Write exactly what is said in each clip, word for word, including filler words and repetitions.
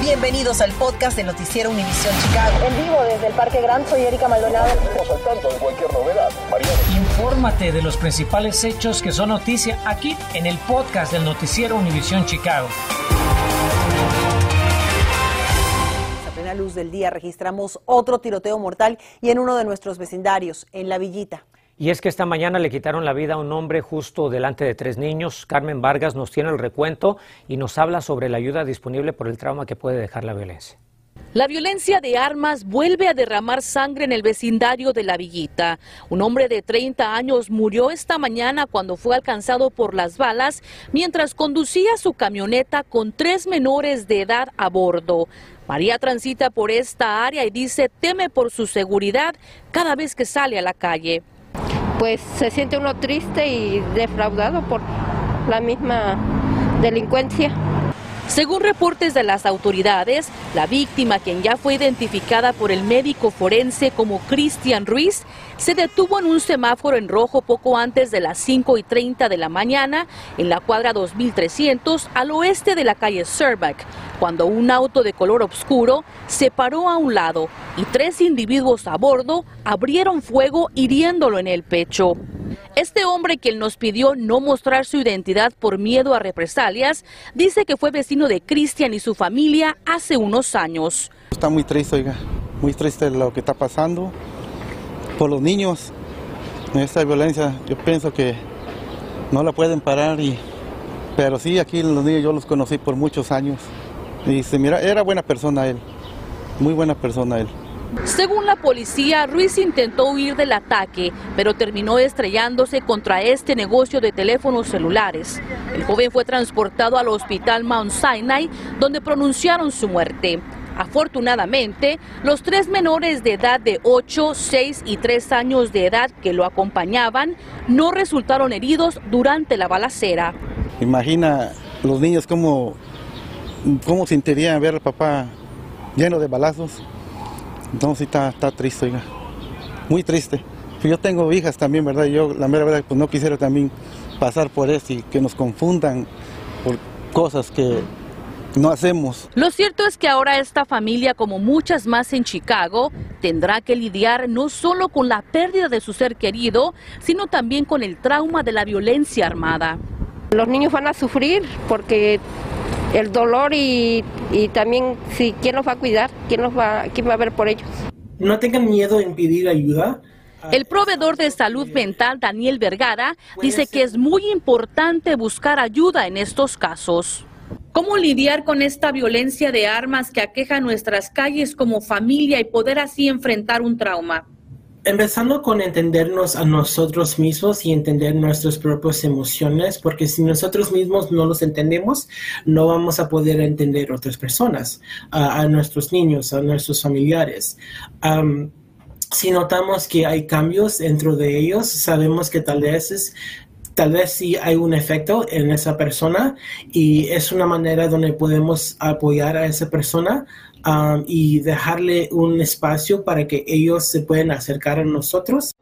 Bienvenidos al podcast de Noticiero Univisión Chicago. En vivo desde el Parque Grant, soy Erika Maldonado. Estamos al tanto de cualquier novedad. Mariana. Infórmate de los principales hechos que son noticia aquí en el podcast del Noticiero Univisión Chicago. A plena luz del día registramos otro tiroteo mortal y en uno de nuestros vecindarios, en La Villita. Y es que esta mañana le quitaron la vida a un hombre justo delante de tres niños. Carmen Vargas nos tiene el recuento y nos habla sobre la ayuda disponible por el trauma que puede dejar la violencia. La violencia de armas vuelve a derramar sangre en el vecindario de La Villita. Un hombre de treinta años murió esta mañana cuando fue alcanzado por las balas mientras conducía su camioneta con tres menores de edad a bordo. María transita por esta área y dice teme por su seguridad cada vez que sale a la calle. Pues se siente uno triste y defraudado por la misma delincuencia. Según reportes de las autoridades, la víctima, quien ya fue identificada por el médico forense como Cristian Ruiz, se detuvo en un semáforo en rojo poco antes de las cinco y treinta de la mañana en la cuadra dos mil trescientos al oeste de la calle Surback, cuando un auto de color oscuro se paró a un lado y tres individuos a bordo abrieron fuego hiriéndolo en el pecho. Este hombre, quien nos pidió no mostrar su identidad por miedo a represalias, dice que fue vecino de Cristian y su familia hace unos años. Está muy triste, oiga, muy triste lo que está pasando por los niños. Esta violencia yo pienso que no la pueden parar, y, pero sí, aquí los niños yo los conocí por muchos años y se mira, era buena persona él, muy buena persona él. Según la policía, Ruiz intentó huir del ataque, pero terminó estrellándose contra este negocio de teléfonos celulares. El joven fue transportado al hospital Mount Sinai, donde pronunciaron su muerte. Afortunadamente, los tres menores de edad de ocho, seis y tres años de edad que lo acompañaban no resultaron heridos durante la balacera. Imagina los niños cómo, cómo sentirían ver al papá lleno de balazos. Entonces sí está, está triste, oiga, muy triste. Yo tengo hijas también, ¿verdad? Yo la mera verdad pues no quisiera también pasar por eso y que nos confundan por cosas que no hacemos. Lo cierto es que ahora esta familia, como muchas más en Chicago, tendrá que lidiar no solo con la pérdida de su ser querido, sino también con el trauma de la violencia armada. Los niños van a sufrir porque el dolor y, y también si quién los va a cuidar, quién los va, quién va a ver por ellos. No tengan miedo en pedir ayuda. El proveedor de salud mental, Daniel Vergara, dice que es muy importante buscar ayuda en estos casos. ¿Cómo lidiar con esta violencia de armas que aqueja nuestras calles como familia y poder así enfrentar un trauma? Empezando con entendernos a nosotros mismos y entender nuestras propias emociones, porque si nosotros mismos no los entendemos, no vamos a poder entender a otras personas, a, a nuestros niños, a nuestros familiares. Um, si notamos que hay cambios dentro de ellos, sabemos que tal vez es Tal vez sí hay un efecto en esa persona y es una manera donde podemos apoyar a esa persona um, y dejarle un espacio para que ellos se puedan acercar a nosotros.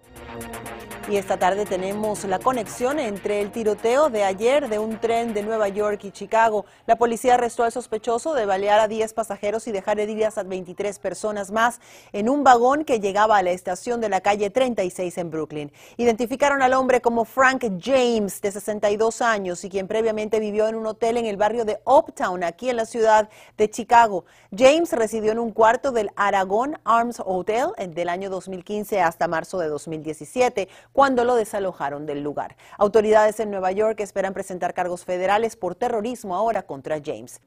Y esta tarde tenemos la conexión entre el tiroteo de ayer de un tren de Nueva York y Chicago. La policía arrestó al sospechoso de balear a diez pasajeros y dejar heridas a veintitrés personas más en un vagón que llegaba a la estación de la calle treinta y seis en Brooklyn. Identificaron al hombre como Frank James, de sesenta y dos años, y quien previamente vivió en un hotel en el barrio de Uptown, aquí en la ciudad de Chicago. James residió en un cuarto del Aragon Arms Hotel del año dos mil quince hasta marzo de dos mil diecisiete, cuando lo desalojaron del lugar. Autoridades en Nueva York esperan presentar cargos federales por terrorismo ahora contra James.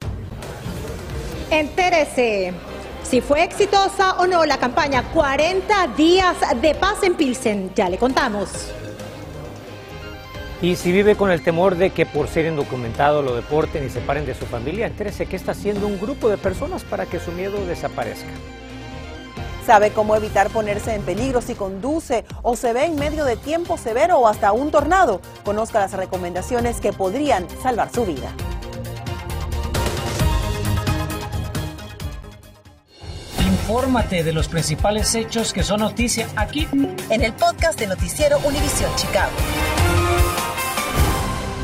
Entérese si fue exitosa o no la campaña cuarenta días de paz en Pilsen. Ya le contamos. Y si vive con el temor de que por ser indocumentado lo deporten y separen de su familia, entérese qué está haciendo un grupo de personas para que su miedo desaparezca. ¿Sabe cómo evitar ponerse en peligro si conduce o se ve en medio de tiempo severo o hasta un tornado? Conozca las recomendaciones que podrían salvar su vida. Infórmate de los principales hechos que son noticia aquí en el podcast de Noticiero Univisión Chicago.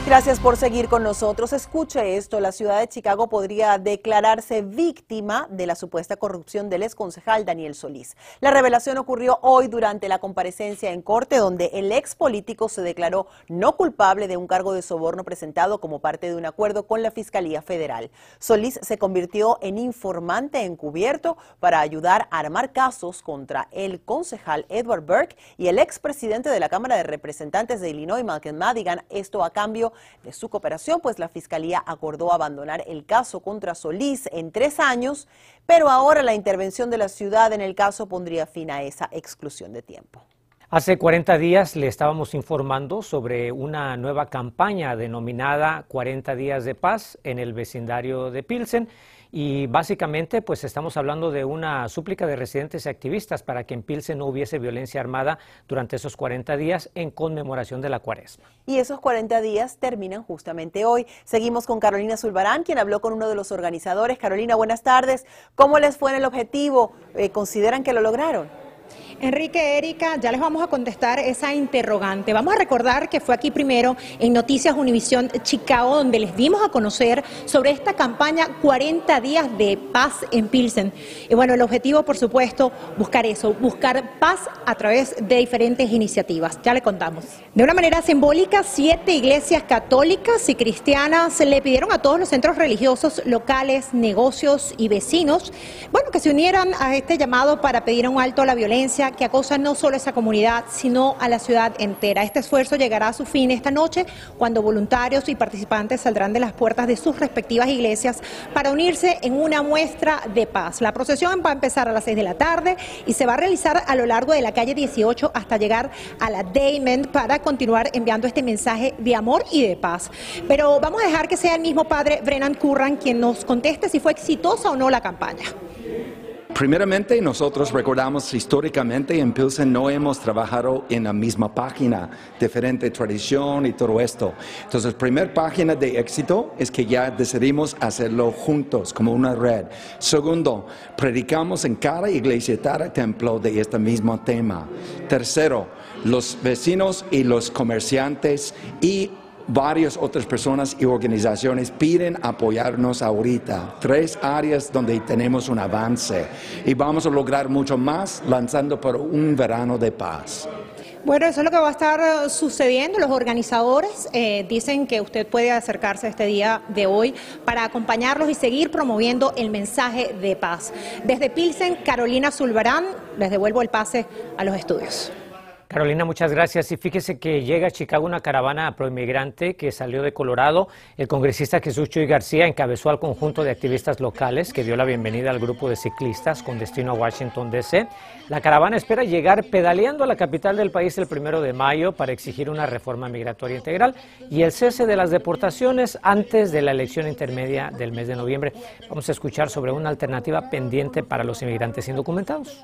Gracias por seguir con nosotros. Escuche esto, la ciudad de Chicago podría declararse víctima de la supuesta corrupción del exconcejal Daniel Solís. La revelación ocurrió hoy durante la comparecencia en corte, donde el ex político se declaró no culpable de un cargo de soborno presentado como parte de un acuerdo con la Fiscalía Federal. Solís se convirtió en informante encubierto para ayudar a armar casos contra el concejal Edward Burke y el expresidente de la Cámara de Representantes de Illinois, Malcolm Madigan, esto a cambio de su cooperación, pues la Fiscalía acordó abandonar el caso contra Solís en tres años, pero ahora la intervención de la ciudad en el caso pondría fin a esa exclusión de tiempo. Hace cuarenta días le estábamos informando sobre una nueva campaña denominada cuarenta días de paz en el vecindario de Pilsen. Y básicamente pues estamos hablando de una súplica de residentes y activistas para que en Pilsen no hubiese violencia armada durante esos cuarenta días en conmemoración de la Cuaresma. Y esos cuarenta días terminan justamente hoy. Seguimos con Carolina Zulbarán, quien habló con uno de los organizadores. Carolina, buenas tardes. ¿Cómo les fue en el objetivo? Eh, ¿Consideran que lo lograron? Enrique, Erika, ya les vamos a contestar esa interrogante. Vamos a recordar que fue aquí primero en Noticias Univisión Chicago donde les dimos a conocer sobre esta campaña cuarenta días de paz en Pilsen. Y bueno, el objetivo, por supuesto, buscar eso, buscar paz a través de diferentes iniciativas. Ya le contamos. De una manera simbólica, siete iglesias católicas y cristianas le pidieron a todos los centros religiosos locales, negocios y vecinos, bueno, que se unieran a este llamado para pedir un alto a la violencia que acosa no solo a esa comunidad, sino a la ciudad entera. Este esfuerzo llegará a su fin esta noche, cuando voluntarios y participantes saldrán de las puertas de sus respectivas iglesias para unirse en una muestra de paz. La procesión va a empezar a las seis de la tarde y se va a realizar a lo largo de la calle dieciocho hasta llegar a la Damon para continuar enviando este mensaje de amor y de paz. Pero vamos a dejar que sea el mismo padre Brennan Curran quien nos conteste si fue exitosa o no la campaña. Primeramente, nosotros recordamos históricamente en Pilsen no hemos trabajado en la misma página, diferente tradición y todo esto. Entonces, primer página de éxito es que ya decidimos hacerlo juntos, como una red. Segundo, predicamos en cada iglesia, cada templo de este mismo tema. Tercero, los vecinos y los comerciantes y varias otras personas y organizaciones piden apoyarnos ahorita. Tres áreas donde tenemos un avance y vamos a lograr mucho más lanzando por un verano de paz. Bueno, eso es lo que va a estar sucediendo. Los organizadores eh, dicen que usted puede acercarse a este día de hoy para acompañarlos y seguir promoviendo el mensaje de paz. Desde Pilsen, Carolina Zulbarán, les devuelvo el pase a los estudios. Carolina, muchas gracias. Y fíjese que llega a Chicago una caravana proinmigrante que salió de Colorado. El congresista Jesús Chuy García encabezó al conjunto de activistas locales que dio la bienvenida al grupo de ciclistas con destino a Washington, D C La caravana espera llegar pedaleando a la capital del país el primero de mayo para exigir una reforma migratoria integral y el cese de las deportaciones antes de la elección intermedia del mes de noviembre. Vamos a escuchar sobre una alternativa pendiente para los inmigrantes indocumentados.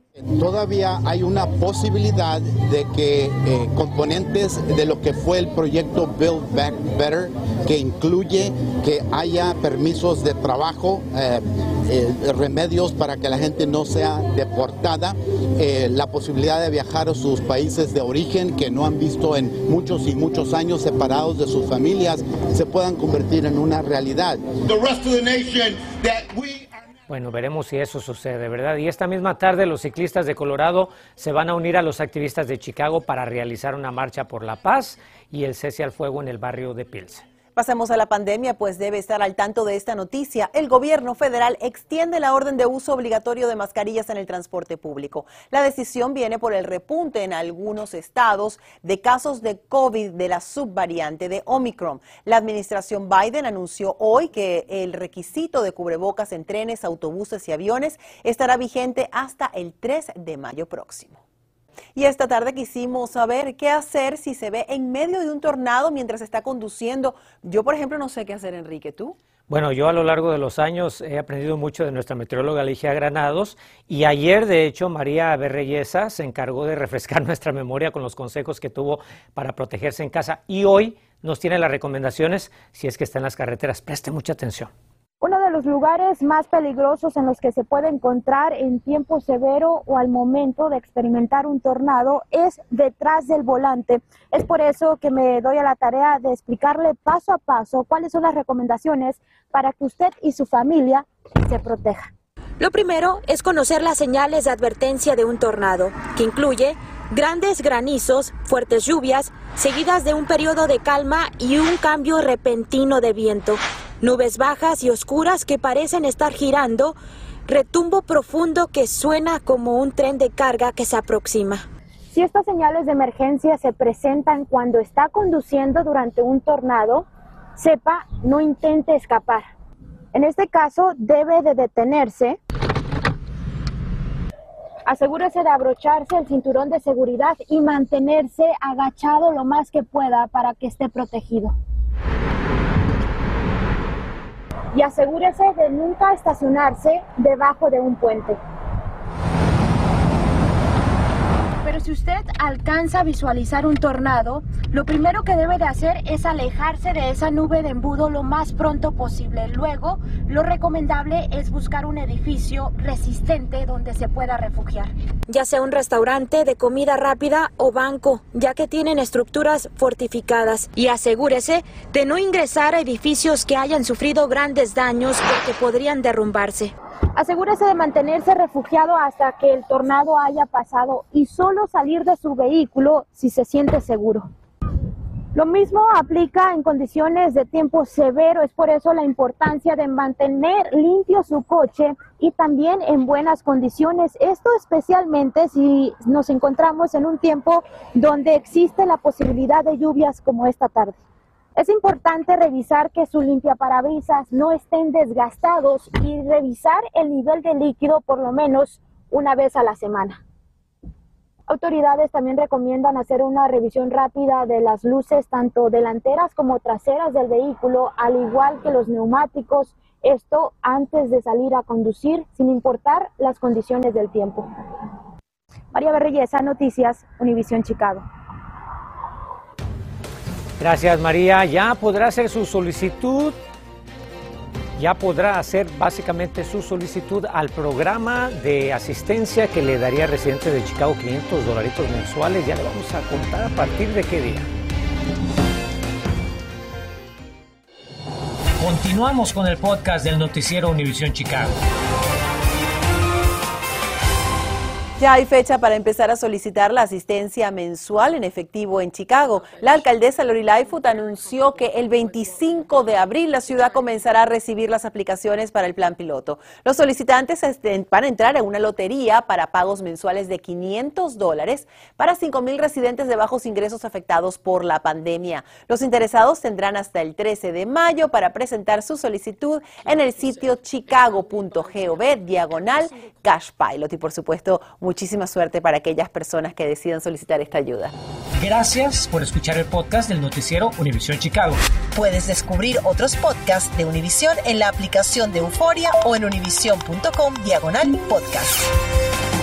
Todavía hay una posibilidad de que eh, componentes de lo que fue el proyecto Build Back Better, que incluye que haya permisos de trabajo, eh, eh, remedios para que la gente no sea deportada, eh, la posibilidad de viajar a sus países de origen que no han visto en muchos y muchos años separados de sus familias, se puedan convertir en una realidad. The rest of the nation that we Bueno, veremos si eso sucede, ¿verdad? Y esta misma tarde los ciclistas de Colorado se van a unir a los activistas de Chicago para realizar una marcha por la paz y el cese al fuego en el barrio de Pilsen. Pasemos a la pandemia, pues debe estar al tanto de esta noticia. El gobierno federal extiende la orden de uso obligatorio de mascarillas en el transporte público. La decisión viene por el repunte en algunos estados de casos de COVID de la subvariante de Omicron. La administración Biden anunció hoy que el requisito de cubrebocas en trenes, autobuses y aviones estará vigente hasta el tres de mayo próximo. Y esta tarde quisimos saber qué hacer si se ve en medio de un tornado mientras está conduciendo. Yo, por ejemplo, no sé qué hacer, Enrique, ¿tú? Bueno, yo a lo largo de los años he aprendido mucho de nuestra meteoróloga Ligia Granados y ayer, de hecho, María Berreyesa se encargó de refrescar nuestra memoria con los consejos que tuvo para protegerse en casa y hoy nos tiene las recomendaciones si es que está en las carreteras. Preste mucha atención. Uno de los lugares más peligrosos en los que se puede encontrar en tiempo severo o al momento de experimentar un tornado es detrás del volante. Es por eso que me doy a la tarea de explicarle paso a paso cuáles son las recomendaciones para que usted y su familia se protejan. Lo primero es conocer las señales de advertencia de un tornado, que incluye grandes granizos, fuertes lluvias, seguidas de un periodo de calma y un cambio repentino de viento. Nubes bajas y oscuras que parecen estar girando, retumbo profundo que suena como un tren de carga que se aproxima. Si estas señales de emergencia se presentan cuando está conduciendo durante un tornado, sepa, no intente escapar. En este caso, debe de detenerse. Asegúrese de abrocharse el cinturón de seguridad y mantenerse agachado lo más que pueda para que esté protegido. Y asegúrese de nunca estacionarse debajo de un puente. Pero si usted alcanza a visualizar un tornado, lo primero que debe de hacer es alejarse de esa nube de embudo lo más pronto posible. Luego, lo recomendable es buscar un edificio resistente donde se pueda refugiar. Ya sea un restaurante de comida rápida o banco, ya que tienen estructuras fortificadas. Y asegúrese de no ingresar a edificios que hayan sufrido grandes daños porque podrían derrumbarse. Asegúrese de mantenerse refugiado hasta que el tornado haya pasado y solo salir de su vehículo si se siente seguro. Lo mismo aplica en condiciones de tiempo severo, es por eso la importancia de mantener limpio su coche y también en buenas condiciones. Esto especialmente si nos encontramos en un tiempo donde existe la posibilidad de lluvias como esta tarde. Es importante revisar que su limpiaparabrisas no estén desgastados y revisar el nivel de líquido por lo menos una vez a la semana. Autoridades también recomiendan hacer una revisión rápida de las luces tanto delanteras como traseras del vehículo, al igual que los neumáticos, esto antes de salir a conducir, sin importar las condiciones del tiempo. María Berrellesa, Noticias, Univisión Chicago. Gracias, María. Ya podrá hacer su solicitud, ya podrá hacer básicamente su solicitud al programa de asistencia que le daría a residentes de Chicago quinientos dolaritos mensuales. Ya le vamos a contar a partir de qué día. Continuamos con el podcast del noticiero Univisión Chicago. Ya hay fecha para empezar a solicitar la asistencia mensual en efectivo en Chicago. La alcaldesa Lori Lightfoot anunció que el veinticinco de abril la ciudad comenzará a recibir las aplicaciones para el plan piloto. Los solicitantes van a entrar en una lotería para pagos mensuales de quinientos dólares para cinco mil residentes de bajos ingresos afectados por la pandemia. Los interesados tendrán hasta el trece de mayo para presentar su solicitud en el sitio chicago punto gov diagonal cash pilot. Y por supuesto, muchísima suerte para aquellas personas que decidan solicitar esta ayuda. Gracias por escuchar el podcast del noticiero Univisión Chicago. Puedes descubrir otros podcasts de Univisión en la aplicación de Euforia o en univision punto com diagonal podcast.